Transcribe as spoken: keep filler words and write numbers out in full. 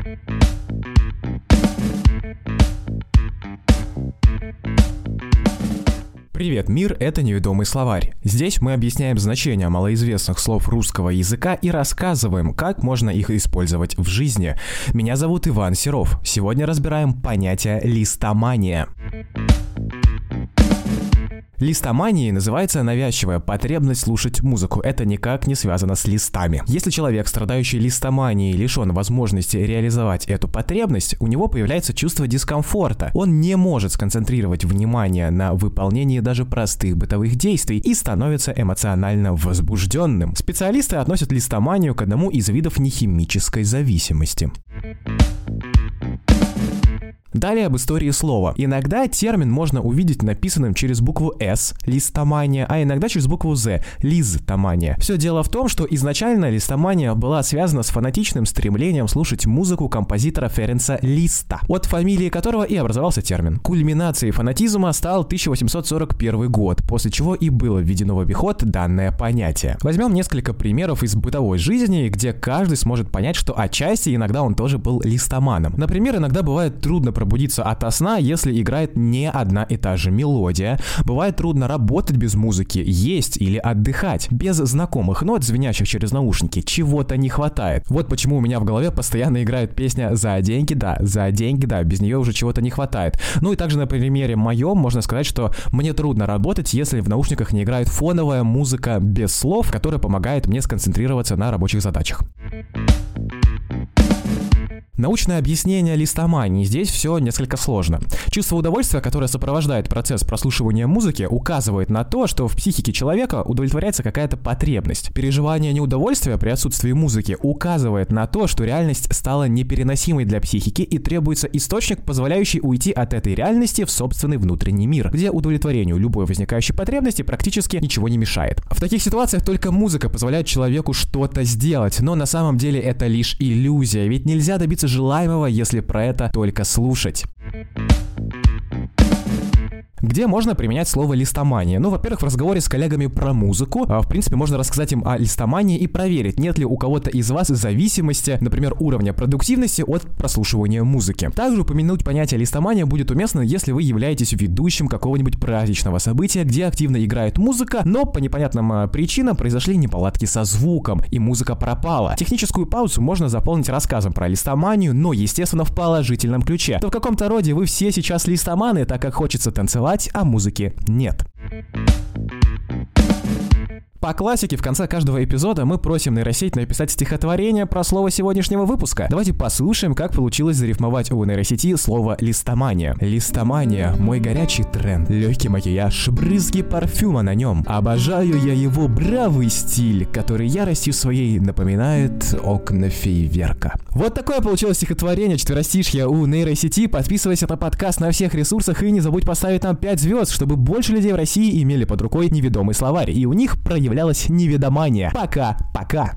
Привет, мир, это неведомый словарь. Здесь мы объясняем значение малоизвестных слов русского языка и рассказываем, как можно их использовать в жизни. Меня зовут Иван Серов. Сегодня разбираем понятие листомания. Листоманией называется навязчивая потребность слушать музыку. Это никак не связано с листами. Если человек, страдающий листоманией, лишен возможности реализовать эту потребность, у него появляется чувство дискомфорта. Он не может сконцентрировать внимание на выполнении даже простых бытовых действий и становится эмоционально возбужденным. Специалисты относят листоманию к одному из видов нехимической зависимости. Далее об истории слова. Иногда термин можно увидеть написанным через букву «С» – листомания, а иногда через букву «З» – лизтомания. Все дело в том, что изначально листомания была связана с фанатичным стремлением слушать музыку композитора Ференца Листа, от фамилии которого и образовался термин. Кульминацией фанатизма стал тысяча восемьсот сорок первый год, после чего и было введено в обиход данное понятие. Возьмем несколько примеров из бытовой жизни, где каждый сможет понять, что отчасти иногда он тоже был листоманом. Например, иногда бывает трудно пробудиться ото сна, если играет не одна и та же мелодия. Бывает трудно работать без музыки, есть или отдыхать. Без знакомых нот, звенящих через наушники, чего-то не хватает. Вот почему у меня в голове постоянно играет песня «За деньги, да, за деньги, да», без нее уже чего-то не хватает. Ну и также на примере моем можно сказать, что мне трудно работать, если в наушниках не играет фоновая музыка без слов, которая помогает мне сконцентрироваться на рабочих задачах. Научное объяснение листомании. Здесь все несколько сложно. Чувство удовольствия, которое сопровождает процесс прослушивания музыки, указывает на то, что в психике человека удовлетворяется какая-то потребность. Переживание неудовольствия при отсутствии музыки указывает на то, что реальность стала непереносимой для психики и требуется источник, позволяющий уйти от этой реальности в собственный внутренний мир, где удовлетворению любой возникающей потребности практически ничего не мешает. В таких ситуациях только музыка позволяет человеку что-то сделать, но на самом деле это лишь иллюзия, ведь нельзя добиться желаемого, если про это только слушать. Где можно применять слово листомания? Ну, во-первых, в разговоре с коллегами про музыку. А, в принципе, можно рассказать им о листомании и проверить, нет ли у кого-то из вас зависимости, например, уровня продуктивности от прослушивания музыки. Также упомянуть понятие листомания будет уместно, если вы являетесь ведущим какого-нибудь праздничного события, где активно играет музыка, но по непонятным причинам произошли неполадки со звуком, и музыка пропала. Техническую паузу можно заполнить рассказом про листоманию, но, естественно, в положительном ключе. То в каком-то роде вы все сейчас листоманы, так как хочется танцевать, а музыки нет. По классике в конце каждого эпизода мы просим нейросеть написать стихотворение про слово сегодняшнего выпуска. Давайте послушаем, как получилось зарифмовать у нейросети слово листомания. Листомания – мой горячий тренд, легкий макияж, брызги парфюма на нем. Обожаю я его бравый стиль, который яростью своей напоминает окна фейерверка. Вот такое получилось стихотворение четверостишья у нейросети. Подписывайся на подкаст на всех ресурсах и не забудь поставить нам пять звезд, чтобы больше людей в России имели под рукой неведомый словарь, и у них проявлялось неведомание. Пока-пока.